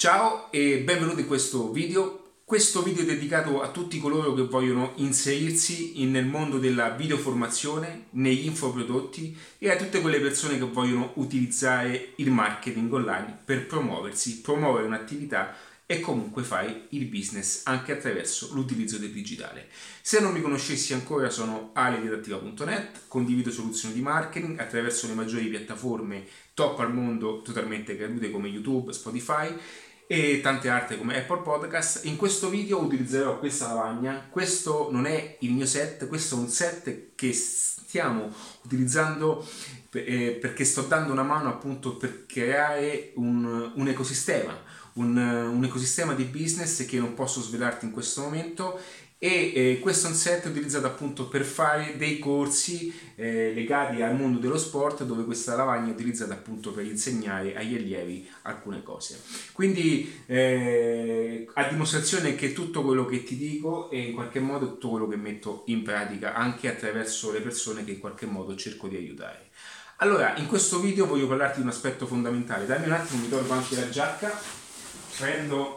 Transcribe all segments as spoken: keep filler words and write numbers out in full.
Ciao e benvenuti in questo video. Questo video è dedicato a tutti coloro che vogliono inserirsi nel mondo della videoformazione, negli infoprodotti e a tutte quelle persone che vogliono utilizzare il marketing online per promuoversi, promuovere un'attività e comunque fare il business anche attraverso l'utilizzo del digitale. Se non mi conoscessi ancora, sono ale di adattiva punto net, condivido soluzioni di marketing attraverso le maggiori piattaforme top al mondo totalmente gratuite come YouTube, Spotify e tante altre come Apple Podcast. In questo video utilizzerò questa lavagna. Questo non è il mio set, questo è un set che stiamo utilizzando eh, perché sto dando una mano appunto per creare un, un ecosistema un, un ecosistema di business che non posso svelarti in questo momento. E eh, questo è un set utilizzato appunto per fare dei corsi eh, legati al mondo dello sport, dove questa lavagna è utilizzata appunto per insegnare agli allievi alcune cose. Quindi eh, a dimostrazione che tutto quello che ti dico è in qualche modo tutto quello che metto in pratica anche attraverso le persone che in qualche modo cerco di aiutare. Allora, in questo video voglio parlarti di un aspetto fondamentale. Dammi un attimo, mi tolgo anche la giacca, prendo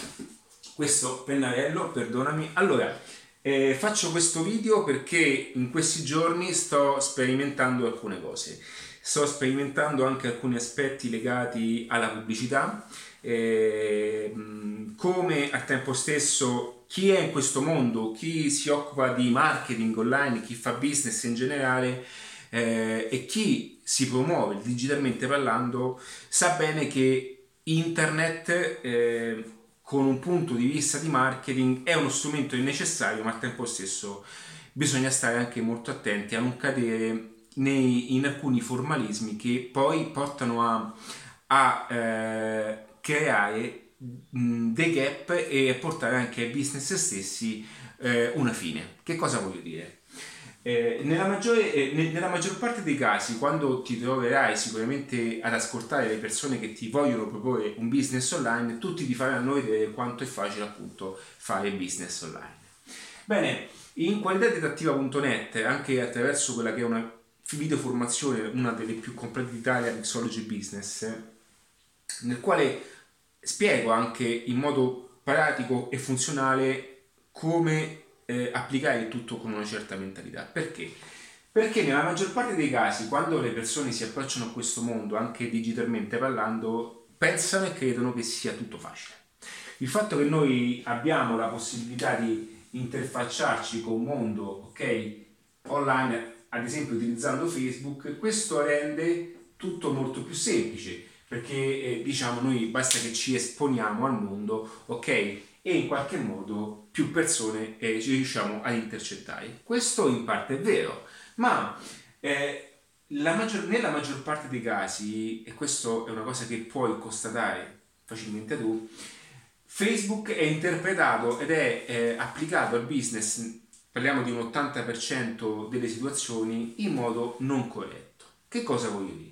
questo pennarello, perdonami. Allora, eh, faccio questo video perché in questi giorni sto sperimentando alcune cose. Sto sperimentando anche alcuni aspetti legati alla pubblicità, eh, come al tempo stesso chi è in questo mondo, chi si occupa di marketing online, chi fa business in generale eh, e chi si promuove digitalmente parlando, sa bene che internet eh, con un punto di vista di marketing è uno strumento necessario, ma al tempo stesso bisogna stare anche molto attenti a non cadere nei, in alcuni formalismi che poi portano a, a eh, creare mh, dei gap e a portare anche ai business stessi eh, una fine. Che cosa voglio dire? Eh, nella, maggiore, eh, ne, nella maggior parte dei casi, quando ti troverai sicuramente ad ascoltare le persone che ti vogliono proporre un business online, tutti ti faranno vedere quanto è facile appunto fare business online. Bene, in qualità di adattiva punto net, anche attraverso quella che è una videoformazione, una delle più complete d'Italia, Mixology Business, nel quale spiego anche in modo pratico e funzionale come Eh, applicare tutto con una certa mentalità. Perché? Perché nella maggior parte dei casi, quando le persone si approcciano a questo mondo, anche digitalmente parlando, pensano e credono che sia tutto facile. Il fatto che noi abbiamo la possibilità di interfacciarci con un mondo, ok, online, ad esempio utilizzando Facebook, questo rende tutto molto più semplice, perché eh, diciamo noi basta che ci esponiamo al mondo, ok, e in qualche modo più persone eh, ci riusciamo ad intercettare. Questo in parte è vero, ma eh, la maggior, nella maggior parte dei casi, e questo è una cosa che puoi constatare facilmente tu, Facebook è interpretato ed è eh, applicato al business, parliamo di un ottanta per cento delle situazioni, in modo non corretto. Che cosa voglio dire?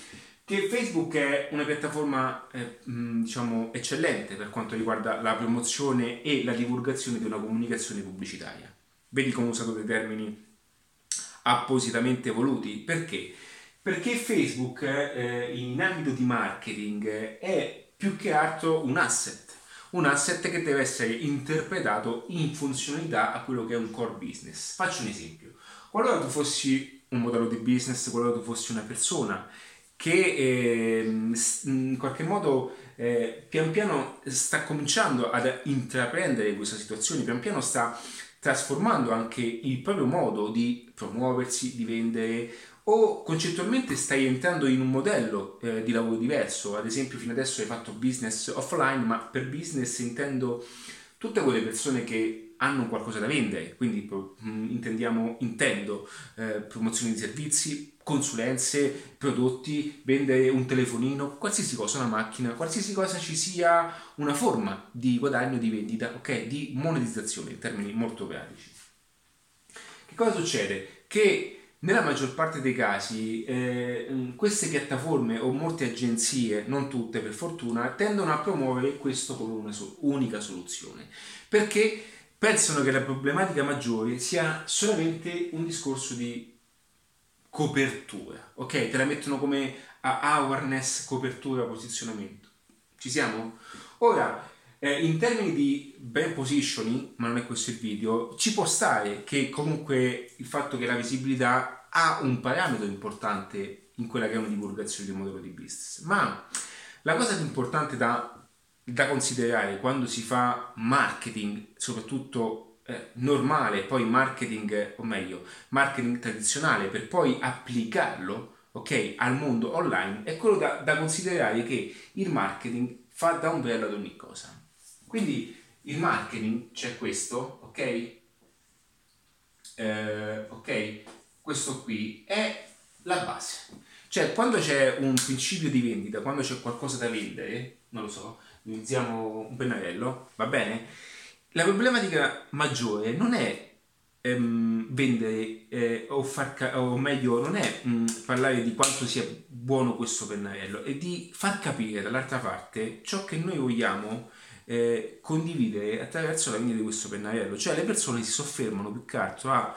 Che Facebook è una piattaforma eh, diciamo eccellente per quanto riguarda la promozione e la divulgazione di una comunicazione pubblicitaria. Vedi come ho usato dei termini appositamente voluti. Perché? Perché Facebook eh, in ambito di marketing è più che altro un asset, un asset che deve essere interpretato in funzionalità a quello che è un core business. Faccio un esempio. Qualora tu fossi un modello di business, qualora tu fossi una persona che eh, in qualche modo eh, pian piano sta cominciando ad intraprendere questa situazione, pian piano sta trasformando anche il proprio modo di promuoversi, di vendere, o concettualmente stai entrando in un modello eh, di lavoro diverso. Ad esempio fino adesso hai fatto business offline, ma per business intendo tutte quelle persone che hanno qualcosa da vendere, quindi mh, intendiamo, intendo eh, promozioni di servizi, consulenze, prodotti, vendere un telefonino, qualsiasi cosa, una macchina, qualsiasi cosa ci sia una forma di guadagno, di vendita, ok, di monetizzazione in termini molto pratici. Che cosa succede? Che nella maggior parte dei casi eh, queste piattaforme o molte agenzie, non tutte per fortuna, tendono a promuovere questo come una so- unica soluzione, perché pensano che la problematica maggiore sia solamente un discorso di copertura, ok? Te la mettono come awareness, copertura, posizionamento. Ci siamo? Ora, eh, in termini di brand positioning, ma non è questo il video, ci può stare che comunque il fatto che la visibilità ha un parametro importante in quella che è una divulgazione di un modello di business, ma la cosa più importante da, da considerare quando si fa marketing, soprattutto eh, normale, poi marketing, o meglio, marketing tradizionale, per poi applicarlo, ok, al mondo online, è quello da, da considerare che il marketing fa da ombrello ad ogni cosa. Quindi il marketing c'è questo, ok? Eh, ok, questo qui è la base. Cioè, quando c'è un principio di vendita, quando c'è qualcosa da vendere, non lo so, utilizziamo un pennarello, va bene? La problematica maggiore non è ehm, vendere eh, o far ca- o meglio, non è mh, parlare di quanto sia buono questo pennarello, è di far capire dall'altra parte ciò che noi vogliamo eh, condividere attraverso la vendita di questo pennarello. Cioè, le persone si soffermano più che altro a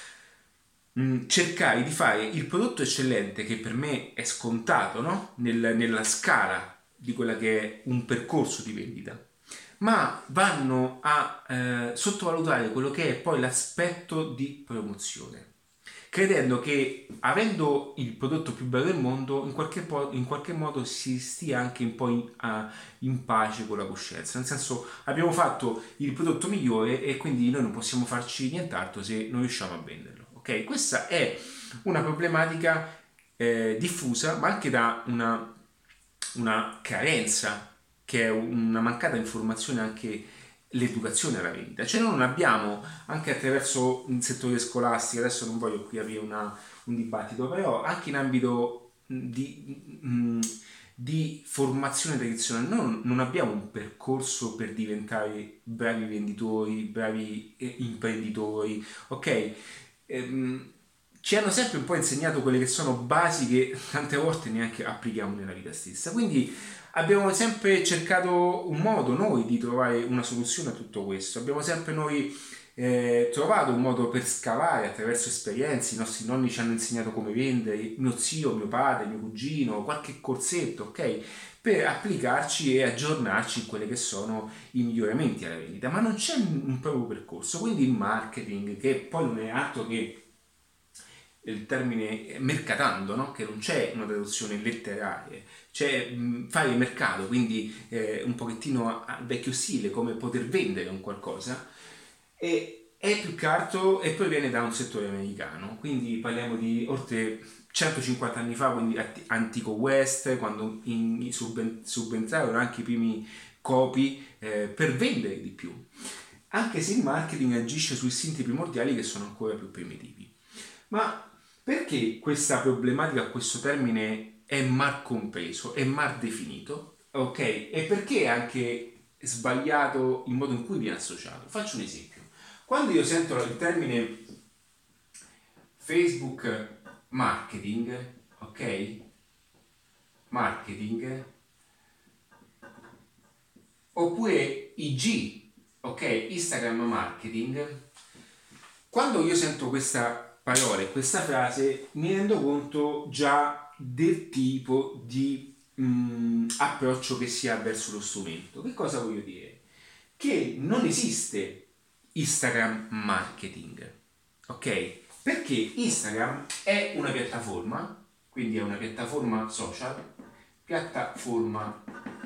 mh, cercare di fare il prodotto eccellente che per me è scontato, no? Nel- nella scala di quella che è un percorso di vendita, ma vanno a eh, sottovalutare quello che è poi l'aspetto di promozione, credendo che avendo il prodotto più bello del mondo in qualche, po- in qualche modo si stia anche un po' in, a- in pace con la coscienza, nel senso abbiamo fatto il prodotto migliore e quindi noi non possiamo farci nient'altro se non riusciamo a venderlo, ok? Questa è una problematica eh, diffusa, ma anche da una, una carenza, che è una mancata informazione, anche l'educazione alla vendita. Cioè noi non abbiamo, anche attraverso il settore scolastico, adesso non voglio qui aprire una, un dibattito, però anche in ambito di, mh, di formazione tradizionale, noi non, non abbiamo un percorso per diventare bravi venditori, bravi eh, imprenditori, ok? Ehm, ci hanno sempre un po' insegnato quelle che sono basi che tante volte neanche applichiamo nella vita stessa. Quindi abbiamo sempre cercato un modo noi di trovare una soluzione a tutto questo. Abbiamo sempre noi eh, trovato un modo per scavare attraverso esperienze. I nostri nonni ci hanno insegnato come vendere, mio zio, mio padre, mio cugino, qualche corsetto, ok? Per applicarci e aggiornarci in quelli che sono i miglioramenti alla vendita. Ma non c'è un, un proprio percorso. Quindi il marketing, che poi non è altro che il termine mercatando, no? Che non c'è una traduzione letteraria, c'è mh, fare mercato, quindi eh, un pochettino al vecchio stile, come poter vendere un qualcosa, e è più che altro e proviene da un settore americano, quindi parliamo di oltre centocinquanta anni fa, quindi antico West, quando in, suben, subentrarono anche i primi copi eh, per vendere di più, anche se il marketing agisce sui istinti primordiali che sono ancora più primitivi. Ma perché questa problematica, questo termine è mal compreso, è mal definito, ok? E perché è anche sbagliato il modo in cui viene associato? Faccio un esempio. Quando io sento il termine Facebook marketing, ok? Marketing, oppure I G, ok? Instagram marketing, quando io sento questa parole, questa frase, mi rendo conto già del tipo di mh, approccio che si ha verso lo strumento. Che cosa voglio dire? Che non esiste Instagram marketing, ok? Perché Instagram è una piattaforma, quindi è una piattaforma social, piattaforma,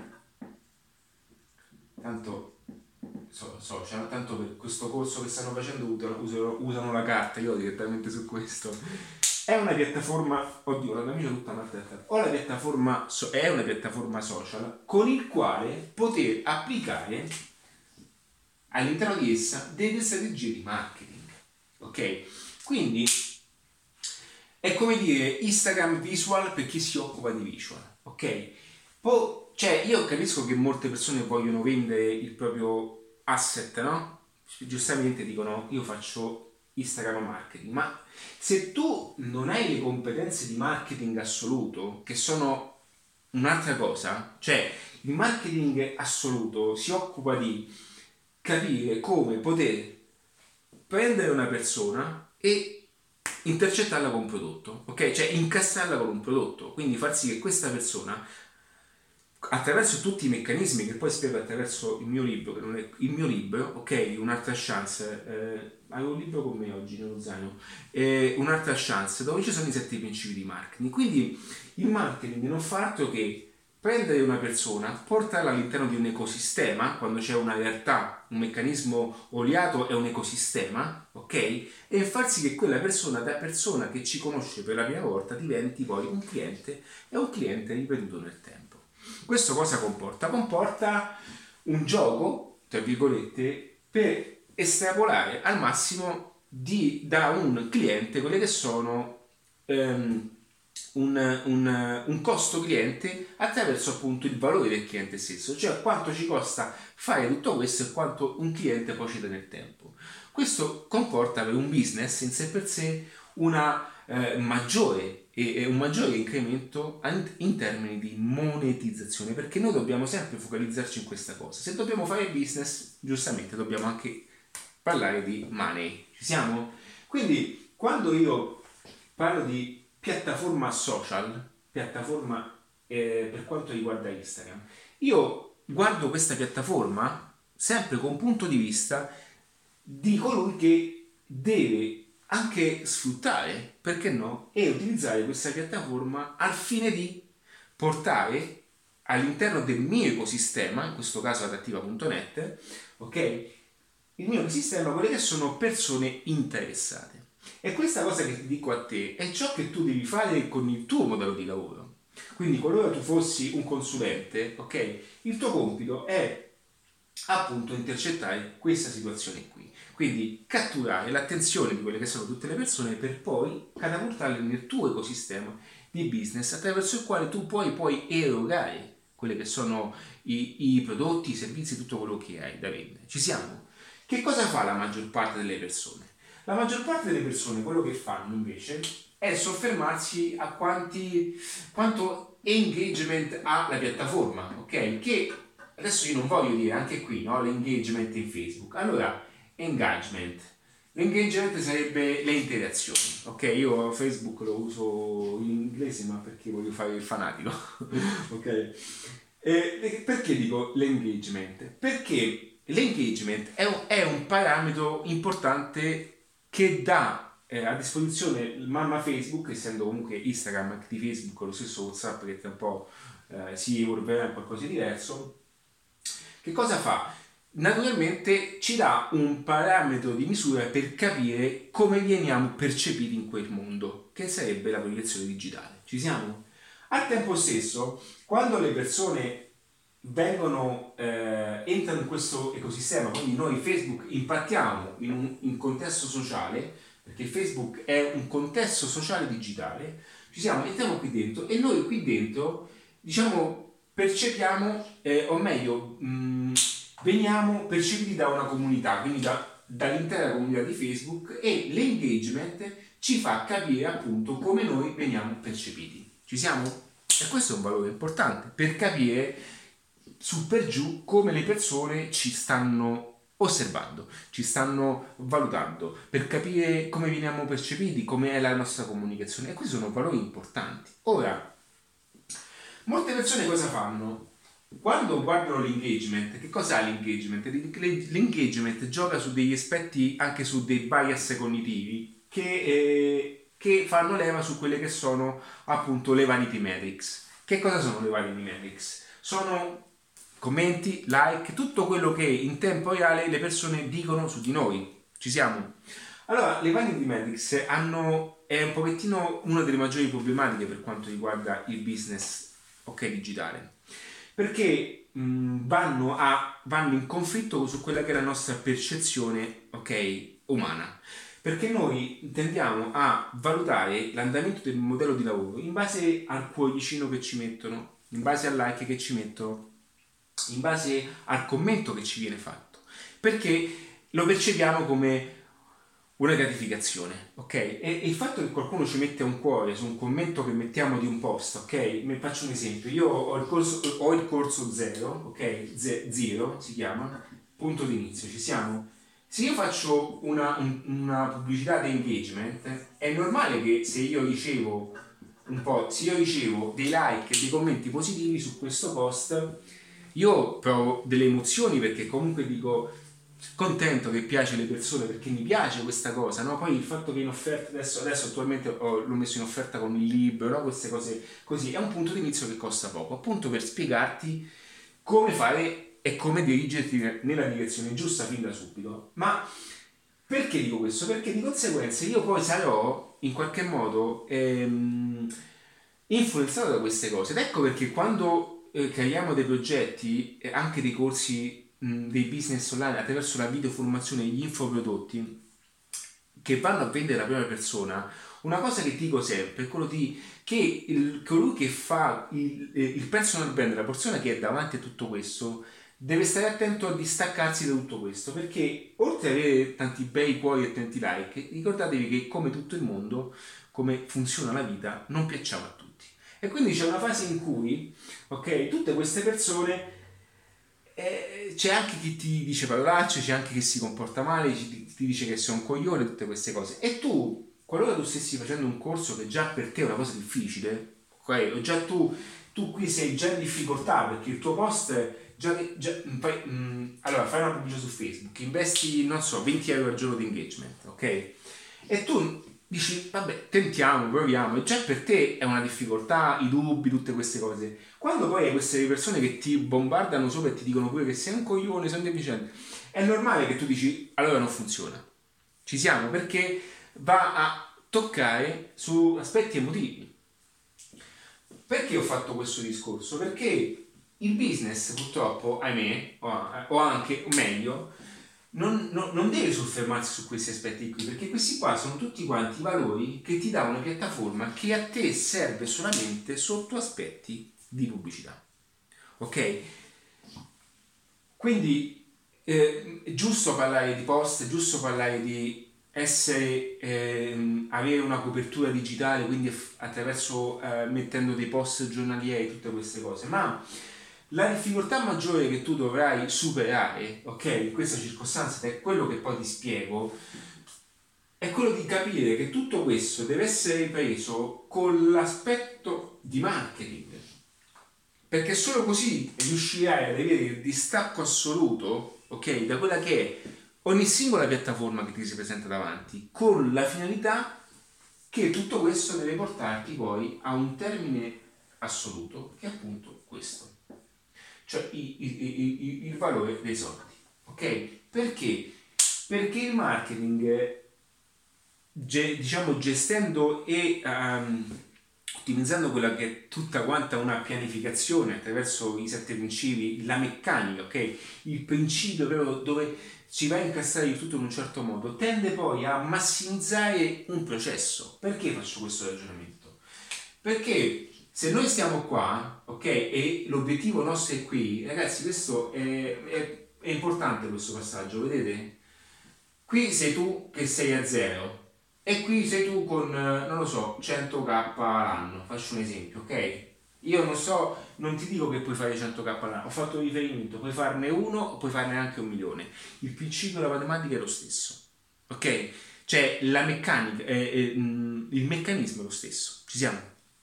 tanto social, tanto per questo corso che stanno facendo usano, usano la carta, io direttamente su questo. È una piattaforma, oddio, la camicia tutta maltrattata. O la piattaforma so, è una piattaforma social con il quale poter applicare all'interno di essa delle strategie di marketing. Ok? Quindi è come dire Instagram visual per chi si occupa di visual. Ok? Poi, cioè, io capisco che molte persone vogliono vendere il proprio asset, no? Giustamente dicono io faccio Instagram marketing, ma se tu non hai le competenze di marketing assoluto, che sono un'altra cosa, cioè il marketing assoluto si occupa di capire come poter prendere una persona e intercettarla con un prodotto, ok? Cioè incastrarla con un prodotto, quindi far sì che questa persona attraverso tutti i meccanismi che poi spiego attraverso il mio libro, che non è il mio libro, ok, un'altra chance, eh, avevo un libro con me oggi nello zaino, eh, un'altra chance, dove ci sono i sette principi di marketing. Quindi il marketing non fa altro che prendere una persona, portarla all'interno di un ecosistema, quando c'è una realtà, un meccanismo oliato è un ecosistema, ok? E far sì che quella persona, da persona che ci conosce per la prima volta, diventi poi un cliente e un cliente ripetuto nel tempo. Questo cosa comporta? Comporta un gioco, tra virgolette, per estrapolare al massimo di, da un cliente quelle che sono um, un, un, un costo cliente attraverso appunto il valore del cliente stesso, cioè quanto ci costa fare tutto questo e quanto un cliente poi ci dà nel tempo. Questo comporta per un business in sé per sé una eh, maggiore e un maggiore incremento in termini di monetizzazione, perché noi dobbiamo sempre focalizzarci in questa cosa. Se dobbiamo fare business, giustamente dobbiamo anche parlare di money. Ci siamo? Quindi quando io parlo di piattaforma social, piattaforma eh, per quanto riguarda Instagram, io guardo questa piattaforma sempre con punto di vista di colui che deve anche sfruttare, perché no, e utilizzare questa piattaforma al fine di portare all'interno del mio ecosistema, in questo caso adattiva punto net, ok, il mio ecosistema, quelle che sono persone interessate. E questa cosa che ti dico a te è ciò che tu devi fare con il tuo modello di lavoro. Quindi qualora tu fossi un consulente, ok, il tuo compito è appunto intercettare questa situazione qui, quindi catturare l'attenzione di quelle che sono tutte le persone per poi catapultarle nel tuo ecosistema di business attraverso il quale tu poi puoi erogare quelli che sono i, i prodotti, i servizi, tutto quello che hai da vendere. Ci siamo? Che cosa fa la maggior parte delle persone? La maggior parte delle persone quello che fanno invece è soffermarsi a quanti, quanto engagement ha la piattaforma, ok? Che adesso io non voglio dire anche qui, no? L'engagement in Facebook. Allora, engagement. L'engagement sarebbe le interazioni, ok? Io Facebook lo uso in inglese ma perché voglio fare il fanatico, ok? E perché dico l'engagement? Perché l'engagement è un, è un parametro importante che dà eh, a disposizione il mamma Facebook, essendo comunque Instagram di Facebook, lo stesso WhatsApp che tra un po' eh, si evolverà in qualcosa di diverso. Che cosa fa? Naturalmente ci dà un parametro di misura per capire come veniamo percepiti in quel mondo, che sarebbe la proiezione digitale. Ci siamo? Al tempo stesso, quando le persone vengono, eh, entrano in questo ecosistema, quindi noi Facebook impattiamo in un in contesto sociale, perché Facebook è un contesto sociale digitale, ci siamo, entriamo qui dentro e noi qui dentro, diciamo, percepiamo, eh, o meglio, mh, veniamo percepiti da una comunità, quindi da, dall'intera comunità di Facebook, e l'engagement ci fa capire appunto come noi veniamo percepiti. Ci siamo? E questo è un valore importante per capire su per giù come le persone ci stanno osservando, ci stanno valutando, per capire come veniamo percepiti, come è la nostra comunicazione. E questi sono valori importanti. Ora, molte persone cosa fanno? Quando guardano l'engagement, che cosa è l'engagement? L'engagement gioca su degli aspetti, anche su dei bias cognitivi che, eh, che fanno leva su quelle che sono appunto le vanity metrics. Che cosa sono le vanity metrics? Sono commenti, like, tutto quello che in tempo reale le persone dicono su di noi. Ci siamo? Allora, le vanity metrics hanno, è un pochettino una delle maggiori problematiche per quanto riguarda il business, ok, digitale. Perché mh, vanno, a, vanno in conflitto su quella che è la nostra percezione, ok, umana. Perché noi tendiamo a valutare l'andamento del modello di lavoro in base al cuoricino che ci mettono, in base al like che ci mettono, in base al commento che ci viene fatto, perché lo percepiamo come una gratificazione, ok? E, e il fatto che qualcuno ci mette un cuore su un commento che mettiamo di un post, ok? Mi faccio un esempio, io ho il corso, ho il corso zero, ok? Z- zero si chiama, punto di inizio, ci siamo? Se io faccio una, un, una pubblicità di engagement, è normale che se io ricevo un po', se io ricevo dei like e dei commenti positivi su questo post, io provo delle emozioni, perché comunque dico contento che piace alle persone, perché mi piace questa cosa, no? Poi il fatto che in offerta adesso, adesso attualmente ho, l'ho messo in offerta con il libro, no? Queste cose così, è un punto di inizio che costa poco, appunto per spiegarti come fare e come dirigerti nella direzione giusta fin da subito. Ma perché dico questo? Perché di conseguenza io poi sarò in qualche modo ehm, influenzato da queste cose, ed ecco perché quando eh, creiamo dei progetti, eh, anche dei corsi, mh, dei business online attraverso la videoformazione e gli infoprodotti che vanno a vendere la prima persona, una cosa che dico sempre è quello di che il, colui che fa il, eh, il personal brand, la persona che è davanti a tutto questo, deve stare attento a distaccarsi da tutto questo, perché oltre ad avere tanti bei cuori e tanti like, ricordatevi che come tutto il mondo, come funziona la vita, non piacciamo a tutti. E quindi c'è una fase in cui, ok, tutte queste persone, eh, c'è anche chi ti dice parolacce, c'è anche chi si comporta male, ti, ti dice che sei un coglione, tutte queste cose. E tu, qualora tu stessi facendo un corso che già per te è una cosa difficile, ok, o già tu, tu qui sei già in difficoltà perché il tuo post già, già fai, mh, allora fai una pubblicità su Facebook, investi, non so, venti euro al giorno di engagement, ok? E tu dici, vabbè, tentiamo, proviamo, e già per te è una difficoltà, i dubbi, tutte queste cose. Quando poi hai queste persone che ti bombardano sopra e ti dicono pure che sei un coglione, sei un deficiente, è normale che tu dici, allora non funziona. Ci siamo, perché va a toccare su aspetti emotivi. Perché ho fatto questo discorso? Perché il business, purtroppo, ahimè, o anche, o meglio, non, non, non deve soffermarsi su questi aspetti qui, perché questi qua sono tutti quanti valori che ti dà una piattaforma che a te serve solamente sotto aspetti di pubblicità. Ok? Quindi eh, è giusto parlare di post, è giusto parlare di essere, eh, avere una copertura digitale, quindi attraverso eh, mettendo dei post giornalieri, tutte queste cose, ma la difficoltà maggiore che tu dovrai superare, ok, in questa circostanza, ed è quello che poi ti spiego, è quello di capire che tutto questo deve essere preso con l'aspetto di marketing, perché solo così riuscirai ad avere il distacco assoluto, ok, da quella che è ogni singola piattaforma che ti si presenta davanti, con la finalità che tutto questo deve portarti poi a un termine assoluto, che è appunto questo, cioè il, il, il, il valore dei soldi, ok? Perché? Perché il marketing, ge, diciamo, gestendo e um, ottimizzando quella che è tutta quanta una pianificazione attraverso i sette principi, la meccanica, ok? Il principio proprio dove si va a incastrare il tutto in un certo modo, tende poi a massimizzare un processo. Perché faccio questo ragionamento? Perché se noi stiamo qua, ok, e l'obiettivo nostro è qui, ragazzi, questo è, è, è importante questo passaggio, vedete? Qui sei tu che sei a zero e qui sei tu con, non lo so, cento k l'anno, faccio un esempio, ok? Io non so, non ti dico che puoi fare cento k l'anno, ho fatto riferimento, puoi farne uno o puoi farne anche un milione. Il principio della matematica è lo stesso, ok? Cioè la meccanica, eh, eh, il meccanismo è lo stesso, ci siamo.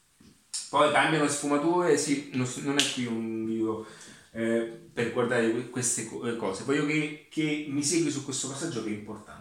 Poi cambiano le sfumature, sì, non, non è qui un video eh, per guardare queste cose, voglio che, che mi segui su questo passaggio che è importante.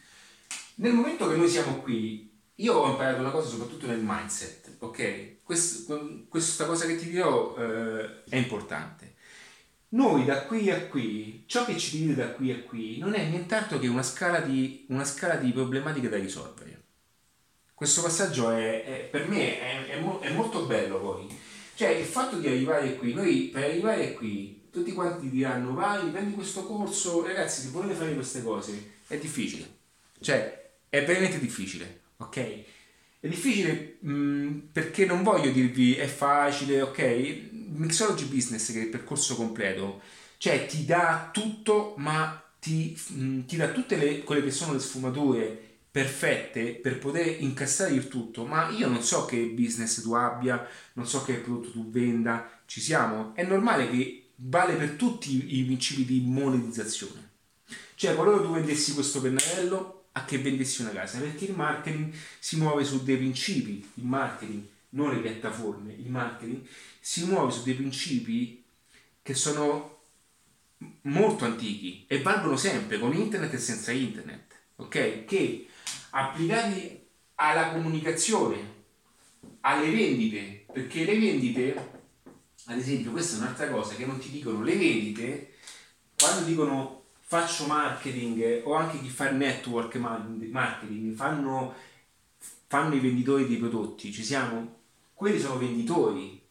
Nel momento che noi siamo qui, io ho imparato una cosa soprattutto nel mindset, ok? Questo, questa cosa che ti dirò eh, è importante. Noi da qui a qui, ciò che ci divide da qui a qui non è nient'altro che una scala di, una scala di problematiche da risolvere. Questo passaggio è, è, per me è, è, mo, è molto bello poi. Cioè il fatto di arrivare qui, noi per arrivare qui, tutti quanti diranno vai, prendi questo corso, ragazzi se volete fare queste cose è difficile. Cioè è veramente difficile, ok? È difficile mh, perché non voglio dirvi è facile, ok? Il Mixology Business, che è il percorso completo, cioè ti dà tutto, ma ti, mh, ti dà tutte le, quelle che sono le sfumature perfette per poter incassare il tutto, ma io non so che business tu abbia, non so che prodotto tu venda, ci siamo? È normale che vale per tutti i principi di monetizzazione. Cioè, qualora tu vendessi questo pennarello, a che vendessi una casa, perché il marketing si muove su dei principi, il marketing non le piattaforme, il marketing, si muove su dei principi che sono molto antichi e valgono sempre, con internet e senza internet, ok? Che applicati alla comunicazione, alle vendite, perché le vendite, ad esempio, questa è un'altra cosa che non ti dicono le vendite, quando dicono faccio marketing, o anche chi fa il network marketing, fanno, fanno i venditori dei prodotti, ci siamo? Quelli sono venditori.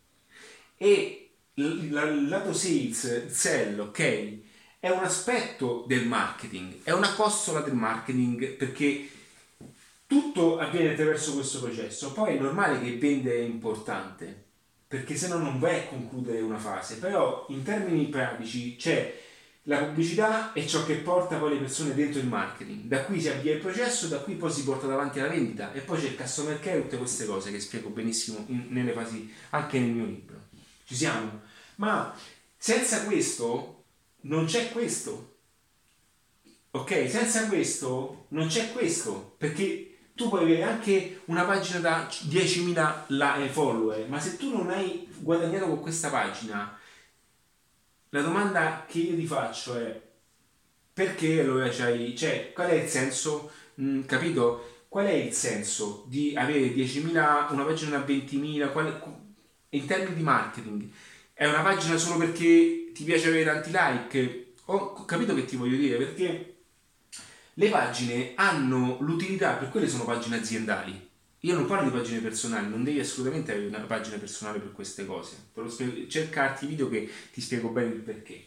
E il lato sales, il sell, ok? È un aspetto del marketing, è una costola del marketing, perché tutto avviene attraverso questo processo. Poi è normale che vende è importante, perché se no non vai a concludere una fase, però in termini pratici c'è la pubblicità è ciò che porta poi le persone dentro il marketing, da qui si avvia il processo, da qui poi si porta davanti alla vendita, e poi c'è il customer care, tutte queste cose che spiego benissimo in, nelle fasi, anche nel mio libro. Ci siamo? Ma senza questo non c'è questo, ok? Senza questo non c'è questo, perché tu puoi avere anche una pagina da diecimila follower, ma se tu non hai guadagnato con questa pagina, la domanda che io ti faccio è: perché allora c'hai, cioè, qual è il senso, mh, capito? Qual è il senso di avere diecimila, una pagina da ventimila, qual, in termini di marketing? È una pagina solo perché ti piace avere tanti like? Ho capito che ti voglio dire, perché le pagine hanno l'utilità, per quelle sono pagine aziendali. Io non parlo di pagine personali, non devi assolutamente avere una pagina personale per queste cose. Te lo spiego, cercarti i video che ti spiego bene il perché.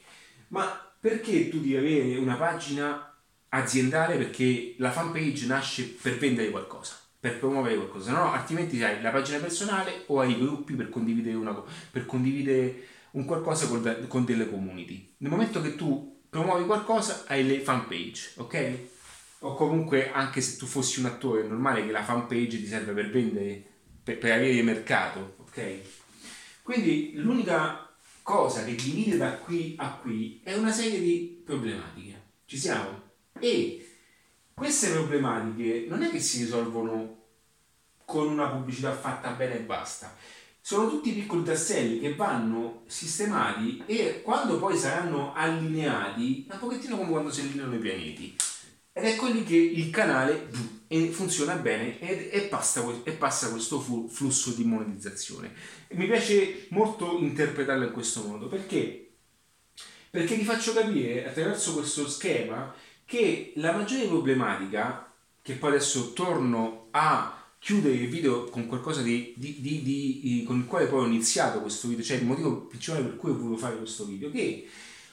Ma perché tu devi avere una pagina aziendale? Perché la fanpage nasce per vendere qualcosa, per promuovere qualcosa, no? Altrimenti hai la pagina personale o hai i gruppi per condividere, una, per condividere un qualcosa con, con delle community. Nel momento che tu promuovi qualcosa hai le fanpage, ok? O comunque, anche se tu fossi un attore, è normale che la fanpage ti serve per vendere, per, per avere mercato, ok? Quindi l'unica cosa che divide da qui a qui è una serie di problematiche. Ci siamo? E queste problematiche non è che si risolvono con una pubblicità fatta bene e basta. Sono tutti piccoli tasselli che vanno sistemati, e quando poi saranno allineati, è un pochettino come quando si allineano i pianeti. Ed ecco lì che il canale funziona bene e, e, passa, e passa questo flusso di monetizzazione. E mi piace molto interpretarlo in questo modo, perché? Perché ti faccio capire attraverso questo schema che la maggiore problematica, che poi adesso torno a chiudere il video con qualcosa di, di, di, di con il quale poi ho iniziato questo video, cioè il motivo principale per cui ho voluto fare questo video, che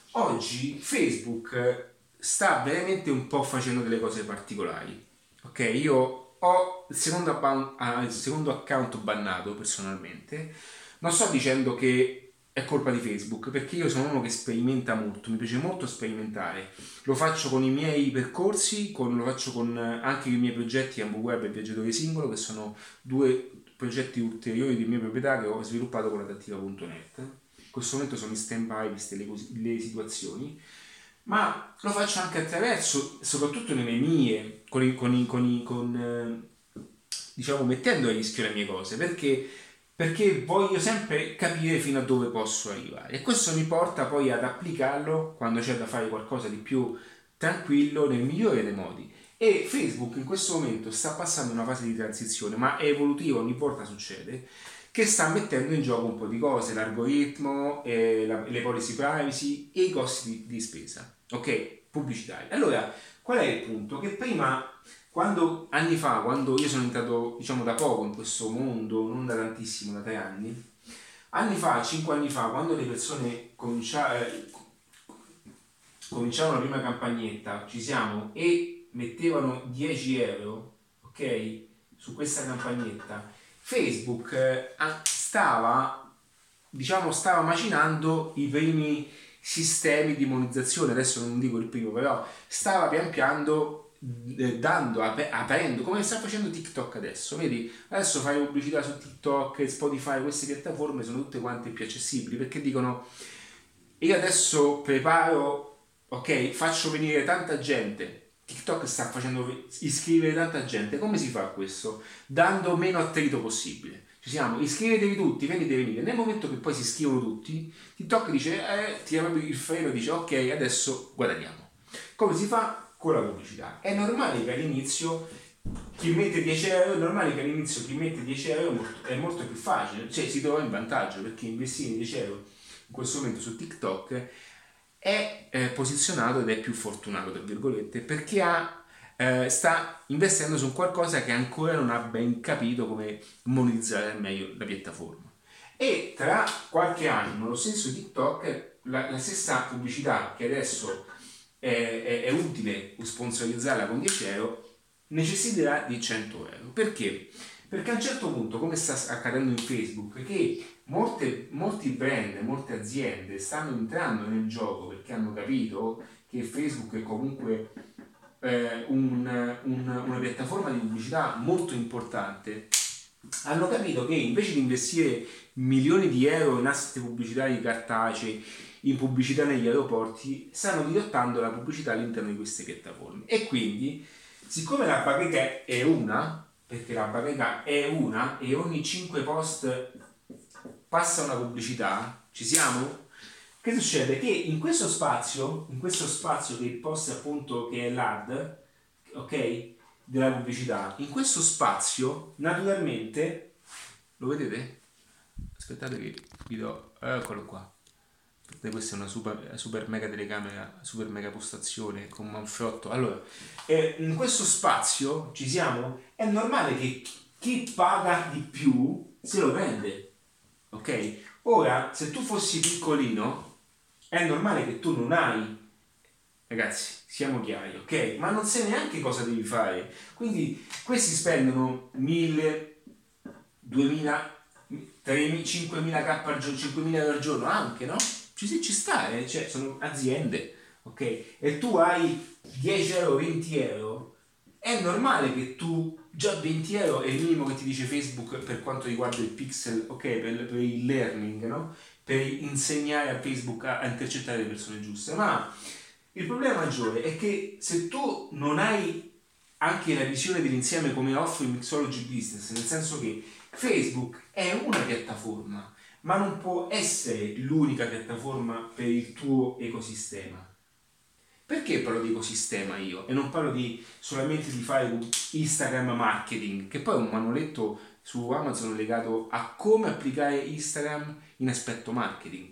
oggi Facebook sta veramente un po' facendo delle cose particolari. Ok, io ho il secondo, account, il secondo account bannato personalmente. Non sto dicendo che è colpa di Facebook, perché io sono uno che sperimenta molto, mi piace molto sperimentare. Lo faccio con i miei percorsi, con, lo faccio con anche i miei progetti AmbuWeb e Viaggiatore Singolo, che sono due progetti ulteriori di mia proprietà che ho sviluppato con adattiva punto net. In questo momento sono in stand-by viste le, le situazioni, ma lo faccio anche attraverso, soprattutto nelle mie, con, i, con, i, con, i, con eh, diciamo mettendo a rischio le mie cose, perché, perché voglio sempre capire fino a dove posso arrivare, e questo mi porta poi ad applicarlo quando c'è da fare qualcosa di più tranquillo, nel migliore dei modi. E Facebook in questo momento sta passando una fase di transizione, ma è evolutivo, ogni volta succede, che sta mettendo in gioco un po' di cose, l'algoritmo, eh, la, le policy privacy e i costi di, di spesa, ok? Pubblicitari. Allora, qual è il punto? Che prima, quando anni fa, quando io sono entrato, diciamo, da poco in questo mondo, non da tantissimo, da tre anni, anni fa, cinque anni fa, quando le persone cominciavano, eh, cominciavano la prima campagnetta, ci siamo, e mettevano dieci euro, ok, su questa campagnetta, Facebook eh, stava, diciamo, stava macinando i primi sistemi di monetizzazione. Adesso non dico il primo, però stava pian piano eh, dando, ap- aprendo, come sta facendo TikTok adesso. Vedi, adesso fai pubblicità su TikTok, Spotify, queste piattaforme sono tutte quante più accessibili, perché dicono: io adesso preparo, ok, faccio venire tanta gente. TikTok sta facendo iscrivere tanta gente. Come si fa questo? Dando meno attrito possibile. Ci siamo? Iscrivetevi tutti, venite, venite. Nel momento che poi si iscrivono tutti, TikTok dice, eh, tira proprio il freno e dice ok, adesso guadagniamo. Come si fa? Con la pubblicità. È normale che all'inizio chi mette dieci euro, è normale che all'inizio chi mette dieci euro è molto, è molto più facile, cioè si trova in vantaggio, perché investire dieci euro in questo momento su TikTok è eh, posizionato ed è più fortunato, tra virgolette, perché ha, eh, sta investendo su qualcosa che ancora non ha ben capito come monetizzare al meglio la piattaforma. E tra qualche anno lo stesso TikTok, la, la stessa pubblicità che adesso è, è, è utile sponsorizzarla con dieci euro, necessiterà di cento euro. Perché? Perché a un certo punto, come sta accadendo in Facebook, che molte, molti brand, molte aziende stanno entrando nel gioco perché hanno capito che Facebook è comunque eh, un, un, una piattaforma di pubblicità molto importante, hanno capito che invece di investire milioni di euro in asset pubblicitari cartacei, in pubblicità negli aeroporti, stanno dirottando la pubblicità all'interno di queste piattaforme. E quindi, siccome la bacheca è una, perché la bacheca è una e ogni cinque post passa una pubblicità, ci siamo? Che succede? Che in questo spazio, in questo spazio che il post appunto che è l'ad, ok? Della pubblicità, in questo spazio naturalmente, lo vedete? Aspettate che vi do, eccolo qua. Questa è una super, super mega telecamera, super mega postazione con manfrotto. Allora, eh, in questo spazio ci siamo? È normale che chi paga di più se lo prende, ok? Ora, se tu fossi piccolino, è normale che tu non hai, ragazzi, siamo chiari, ok? Ma non sai neanche cosa devi fare. Quindi questi spendono mille, duemila, tremila, cinquemila k al giorno, cinquemila euro al giorno anche, no? Ci, ci sta, eh? Cioè sono aziende, ok? E tu hai dieci euro, venti euro, è normale che tu già venti euro è il minimo che ti dice Facebook per quanto riguarda il pixel, ok? Per, per il learning, no? Per insegnare a Facebook a, a intercettare le persone giuste. Ma il problema maggiore è che se tu non hai anche la visione dell'insieme come offre il Mixology Business, nel senso che Facebook è una piattaforma, ma non può essere l'unica piattaforma per il tuo ecosistema. Perché parlo di ecosistema io e non parlo di solamente di fare Instagram marketing, che poi è un manualetto su Amazon legato a come applicare Instagram in aspetto marketing.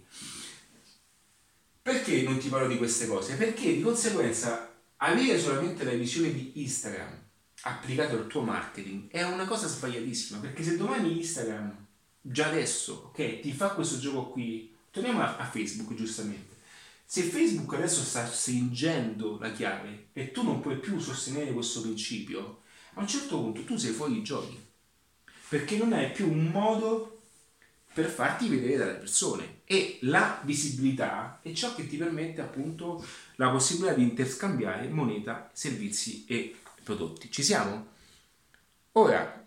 Perché non ti parlo di queste cose? Perché di conseguenza avere solamente la visione di Instagram applicato al tuo marketing è una cosa sbagliatissima, perché se domani Instagram già adesso, ok, ti fa questo gioco qui, torniamo a, a Facebook giustamente, se Facebook adesso sta stringendo la chiave e tu non puoi più sostenere questo principio, a un certo punto tu sei fuori giochi, perché non hai più un modo per farti vedere dalle persone, e la visibilità è ciò che ti permette appunto la possibilità di interscambiare moneta, servizi e prodotti. Ci siamo? Ora,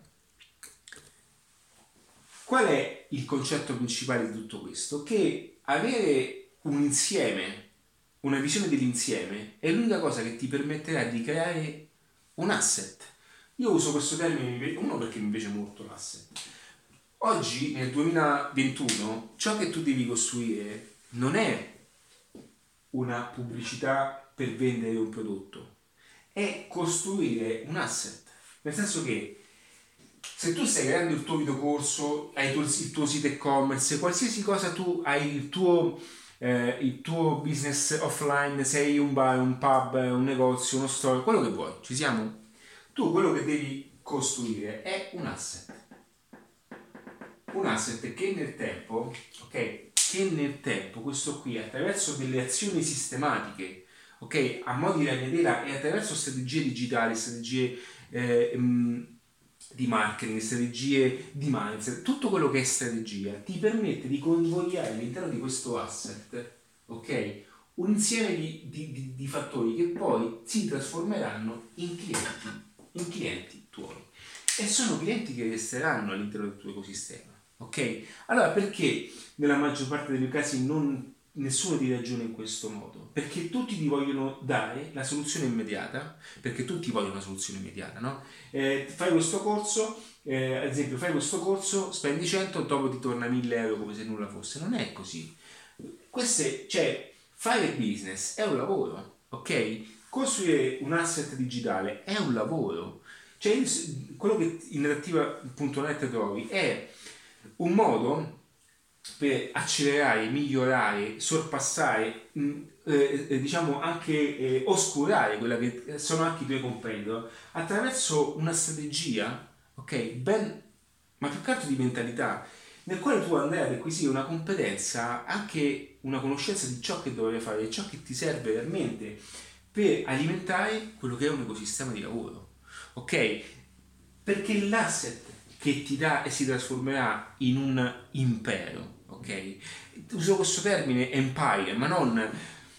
qual è il concetto principale di tutto questo? Che avere un insieme, una visione dell'insieme, è l'unica cosa che ti permetterà di creare un asset. Io uso questo termine, uno perché mi piace molto l'asset. Oggi, nel duemilaventuno, ciò che tu devi costruire non è una pubblicità per vendere un prodotto, è costruire un asset. Nel senso che se tu stai creando il tuo videocorso, hai il tuo, il tuo sito e-commerce, qualsiasi cosa tu hai, il tuo, eh, il tuo business offline, sei un bar, un pub, un negozio, uno store, quello che vuoi, ci siamo? Tu quello che devi costruire è un asset. Un asset che nel tempo, ok, che nel tempo questo qui attraverso delle azioni sistematiche, ok, a mo' di ragnatela e attraverso strategie digitali, strategie eh, mh, di marketing, strategie di mindset, tutto quello che è strategia ti permette di convogliare all'interno di questo asset, ok, un insieme di, di, di, di fattori che poi si trasformeranno in clienti, in clienti tuoi, e sono clienti che resteranno all'interno del tuo ecosistema. Ok? Allora perché nella maggior parte dei casi non nessuno ti ragiona in questo modo, perché tutti ti vogliono dare la soluzione immediata, perché tutti vogliono una soluzione immediata, no? Eh, fai questo corso, eh, ad esempio fai questo corso, spendi cento, dopo ti torna mille euro come se nulla fosse. Non è così. Queste, cioè, fare business è un lavoro, ok? Costruire un asset digitale è un lavoro. Cioè, quello che in redattiva punto net trovi è un modo per accelerare, migliorare, sorpassare, mh, eh, eh, diciamo anche eh, oscurare quella che sono anche i tuoi competitor attraverso una strategia, ok? Ben, ma più che altro di mentalità, nel quale tu andrai ad acquisire una competenza, anche una conoscenza di ciò che dovrai fare, ciò che ti serve realmente per alimentare quello che è un ecosistema di lavoro, ok? Perché l'asset che ti dà e si trasformerà in un impero, ok? Uso questo termine empire, ma non,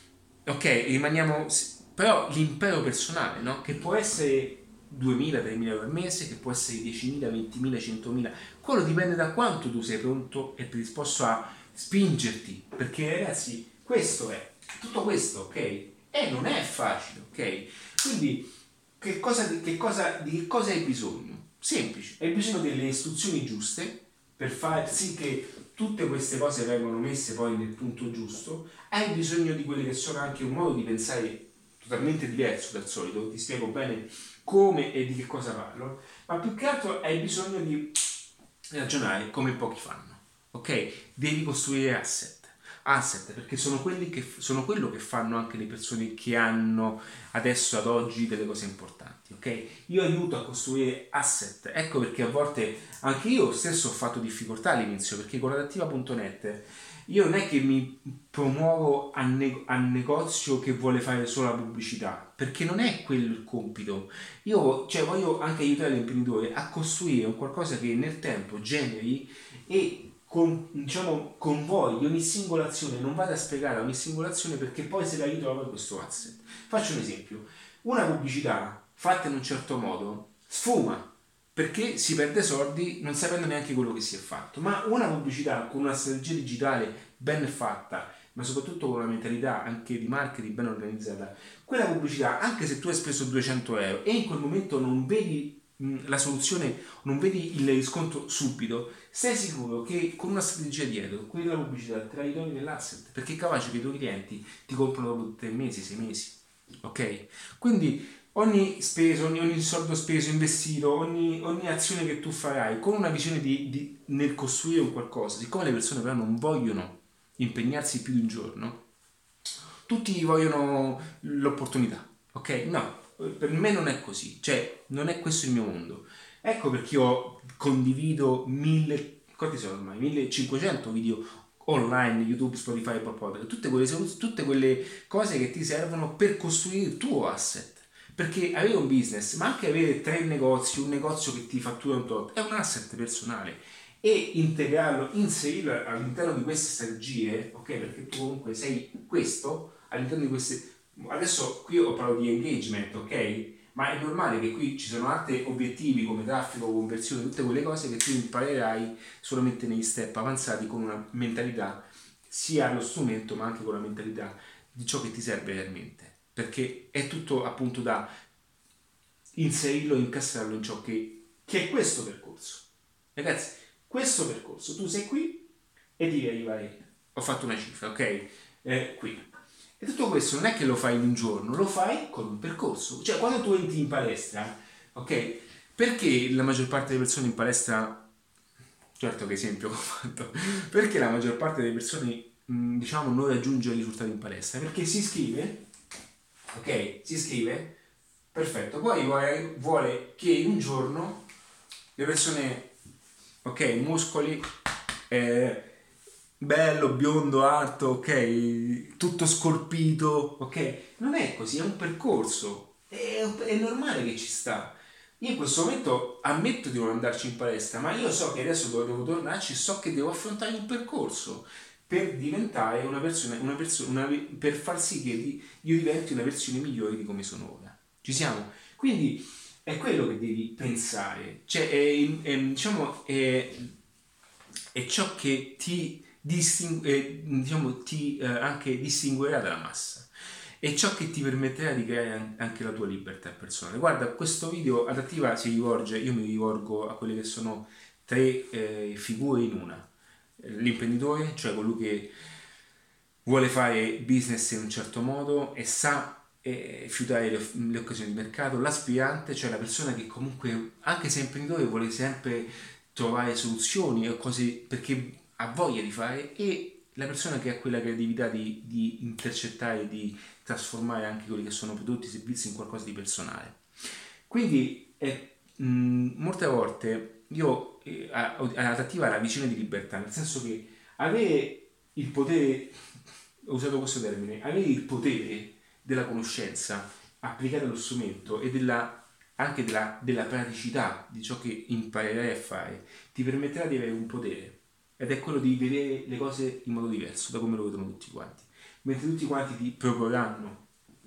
ok, rimaniamo, però l'impero personale, no? Che può essere duemila, tremila euro al mese, che può essere diecimila, ventimila, centomila, quello dipende da quanto tu sei pronto e predisposto a spingerti, perché ragazzi, questo è, tutto questo, ok? E non è facile, ok? Quindi, che cosa, che cosa, di che cosa hai bisogno? Semplice, hai bisogno delle istruzioni giuste per far sì che tutte queste cose vengano messe poi nel punto giusto. Hai bisogno di quelli che sono anche un modo di pensare totalmente diverso dal solito, ti spiego bene come e di che cosa parlo, ma più che altro hai bisogno di ragionare come pochi fanno, ok? Devi costruire asset, asset perché sono quelli che sono quello che fanno anche le persone che hanno adesso ad oggi delle cose importanti, ok? Io aiuto a costruire asset, ecco perché a volte anche io stesso ho fatto difficoltà all'inizio, perché con adattiva punto net io non è che mi promuovo a, ne- a negozio che vuole fare solo la pubblicità, perché non è quello il compito. Io cioè, voglio anche aiutare l'imprenditore a costruire un qualcosa che nel tempo generi e con, diciamo, convogli ogni singola azione, non vado a spiegare ogni singola azione perché poi se la ritrovo in questo asset. Faccio un esempio, una pubblicità fatta in un certo modo sfuma, perché si perde soldi non sapendo neanche quello che si è fatto, ma una pubblicità con una strategia digitale ben fatta, ma soprattutto con una mentalità anche di marketing ben organizzata, quella pubblicità, anche se tu hai speso duecento euro e in quel momento non vedi mh, la soluzione, non vedi il riscontro subito, stai sicuro che con una strategia dietro quella pubblicità te la ritrovi nell'asset, perché è capace che i tuoi clienti ti comprano dopo tre mesi, sei mesi, ok? Quindi ogni speso, ogni, ogni soldo speso, investito, ogni, ogni azione che tu farai con una visione di, di, nel costruire un qualcosa, siccome le persone però non vogliono impegnarsi più di un giorno, tutti vogliono l'opportunità, ok? No, per me non è così, cioè non è questo il mio mondo. Ecco perché io condivido mille, quanti sono ormai? millecinquecento video online, YouTube, Spotify, Podcast, tutte quelle, tutte quelle cose che ti servono per costruire il tuo asset. Perché avere un business, ma anche avere tre negozi, un negozio che ti fattura un tot, è un asset personale. E integrarlo, inserirlo all'interno di queste strategie, ok? Perché tu comunque sei questo all'interno di queste. Adesso qui ho parlato di engagement, ok? Ma è normale che qui ci sono altri obiettivi come traffico, conversione, tutte quelle cose che tu imparerai solamente negli step avanzati con una mentalità sia allo strumento ma anche con la mentalità di ciò che ti serve realmente, perché è tutto appunto da inserirlo, incastrarlo in ciò che, che è questo percorso. Ragazzi, questo percorso, tu sei qui e devi arrivare, ho fatto una cifra, ok? Eh, qui. E tutto questo non è che lo fai in un giorno, lo fai con un percorso. Cioè, quando tu entri in palestra, ok? Perché la maggior parte delle persone in palestra, certo che esempio ho fatto, perché la maggior parte delle persone, mh, diciamo, non raggiunge i risultati in palestra? Perché si iscrive, ok? Si iscrive, perfetto, poi vuole, vuole che in un giorno le persone, ok, muscoli, eh, bello, biondo, alto, ok, tutto scolpito, ok? Non è così, è un percorso, è, è normale che ci sta. Io in questo momento ammetto di non andarci in palestra, ma io so che adesso dove devo tornarci, so che devo affrontare un percorso per diventare una persona, una persona una, per far sì che di, io diventi una versione migliore di come sono ora. Ci siamo? Quindi è quello che devi pensare, cioè è, è, diciamo è, è ciò che ti disting- eh, diciamo, ti eh, anche distinguerà dalla massa. E ciò che ti permetterà di creare anche la tua libertà personale. Guarda, questo video Adattiva si rivolge, io mi rivolgo a quelle che sono tre eh, figure in una. L'imprenditore, cioè colui che vuole fare business in un certo modo e sa eh, fiutare le, le occasioni di mercato, l'aspirante, cioè la persona che comunque, anche se è imprenditore, vuole sempre trovare soluzioni o cose perché ha voglia di fare, e la persona che ha quella creatività di, di intercettare, di trasformare anche quelli che sono prodotti e servizi in qualcosa di personale. Quindi eh, mh, molte volte io eh, adattiva la visione di libertà, nel senso che avere il potere, ho usato questo termine, avere il potere della conoscenza applicata allo strumento e della, anche della, della praticità di ciò che imparerai a fare, ti permetterà di avere un potere, ed è quello di vedere le cose in modo diverso da come lo vedono tutti quanti. Mentre tutti quanti ti proporranno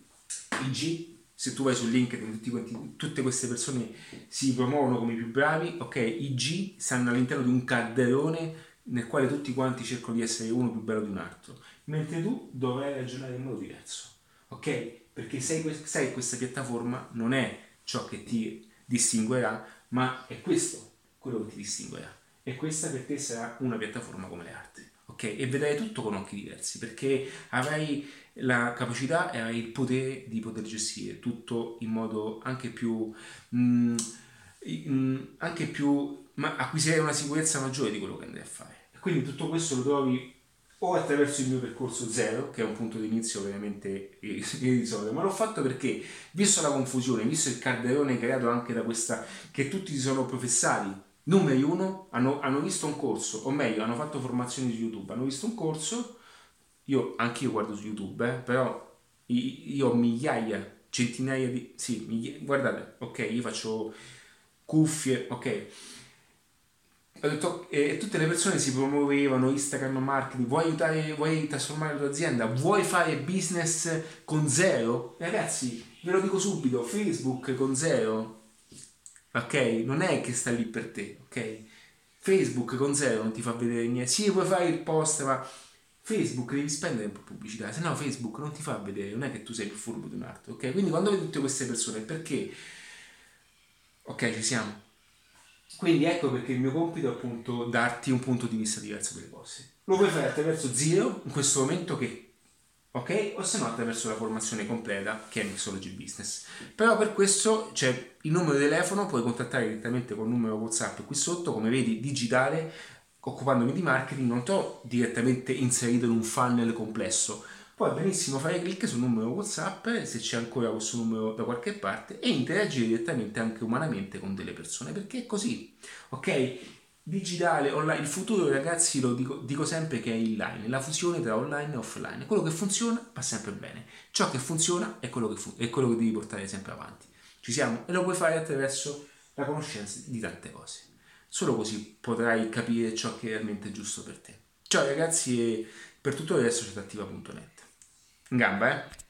i G, se tu vai su LinkedIn, tutti quanti, tutte queste persone si promuovono come i più bravi, ok, i G stanno all'interno di un calderone nel quale tutti quanti cercano di essere uno più bello di un altro, mentre tu dovrai ragionare in modo diverso, ok? Perché sai, sai questa piattaforma non è ciò che ti distinguerà, ma è questo quello che ti distinguerà, e questa per te sarà una piattaforma come le altre, ok? E vedrai tutto con occhi diversi, perché avrai la capacità e avrai il potere di poter gestire tutto in modo anche più mh, mh, anche più, ma acquisirai una sicurezza maggiore di quello che andrai a fare. E quindi tutto questo lo trovi o attraverso il mio percorso zero, che è un punto di inizio veramente irrisorio, ma l'ho fatto perché, visto la confusione, visto il calderone creato anche da questa, che tutti si sono professati numeri uno, hanno, hanno visto un corso, o meglio, hanno fatto formazioni su YouTube, hanno visto un corso, io anche io guardo su YouTube, eh, però io ho migliaia, centinaia di, sì, migliaia, guardate, ok, io faccio cuffie, ok. Ho detto, e tutte le persone si promuovevano Instagram marketing, vuoi aiutare, vuoi trasformare la tua azienda, vuoi fare business con zero? Ragazzi, ve lo dico subito, Facebook con zero, ok? Non è che sta lì per te, ok? Facebook con zero non ti fa vedere niente. Sì, puoi fare il post, ma Facebook devi spendere un po' di pubblicità, se no Facebook non ti fa vedere, non è che tu sei più furbo di un altro, ok? Quindi quando vedi tutte queste persone, perché? Ok, ci siamo. Quindi ecco perché il mio compito è appunto darti un punto di vista diverso delle cose. Lo puoi fare attraverso Zero in questo momento, che ok? O se no attraverso la formazione completa che è Mixology Business. Però per questo c'è il numero di telefono, puoi contattare direttamente con il numero WhatsApp qui sotto, come vedi, digitale, occupandomi di marketing, non ti ho direttamente inserito in un funnel complesso. Puoi benissimo fare clic sul numero WhatsApp, se c'è ancora questo numero da qualche parte, e interagire direttamente anche umanamente con delle persone, perché è così, ok? Digitale, online, il futuro, ragazzi, lo dico, dico sempre che è inline, la fusione tra online e offline. Quello che funziona va sempre bene, ciò che funziona è quello che, fu- è quello che devi portare sempre avanti. Ci siamo? E lo puoi fare attraverso la conoscenza di tante cose. Solo così potrai capire ciò che è realmente giusto per te. Ciao ragazzi, e per tutto il resto c'è attiva punto net. In gamba, eh?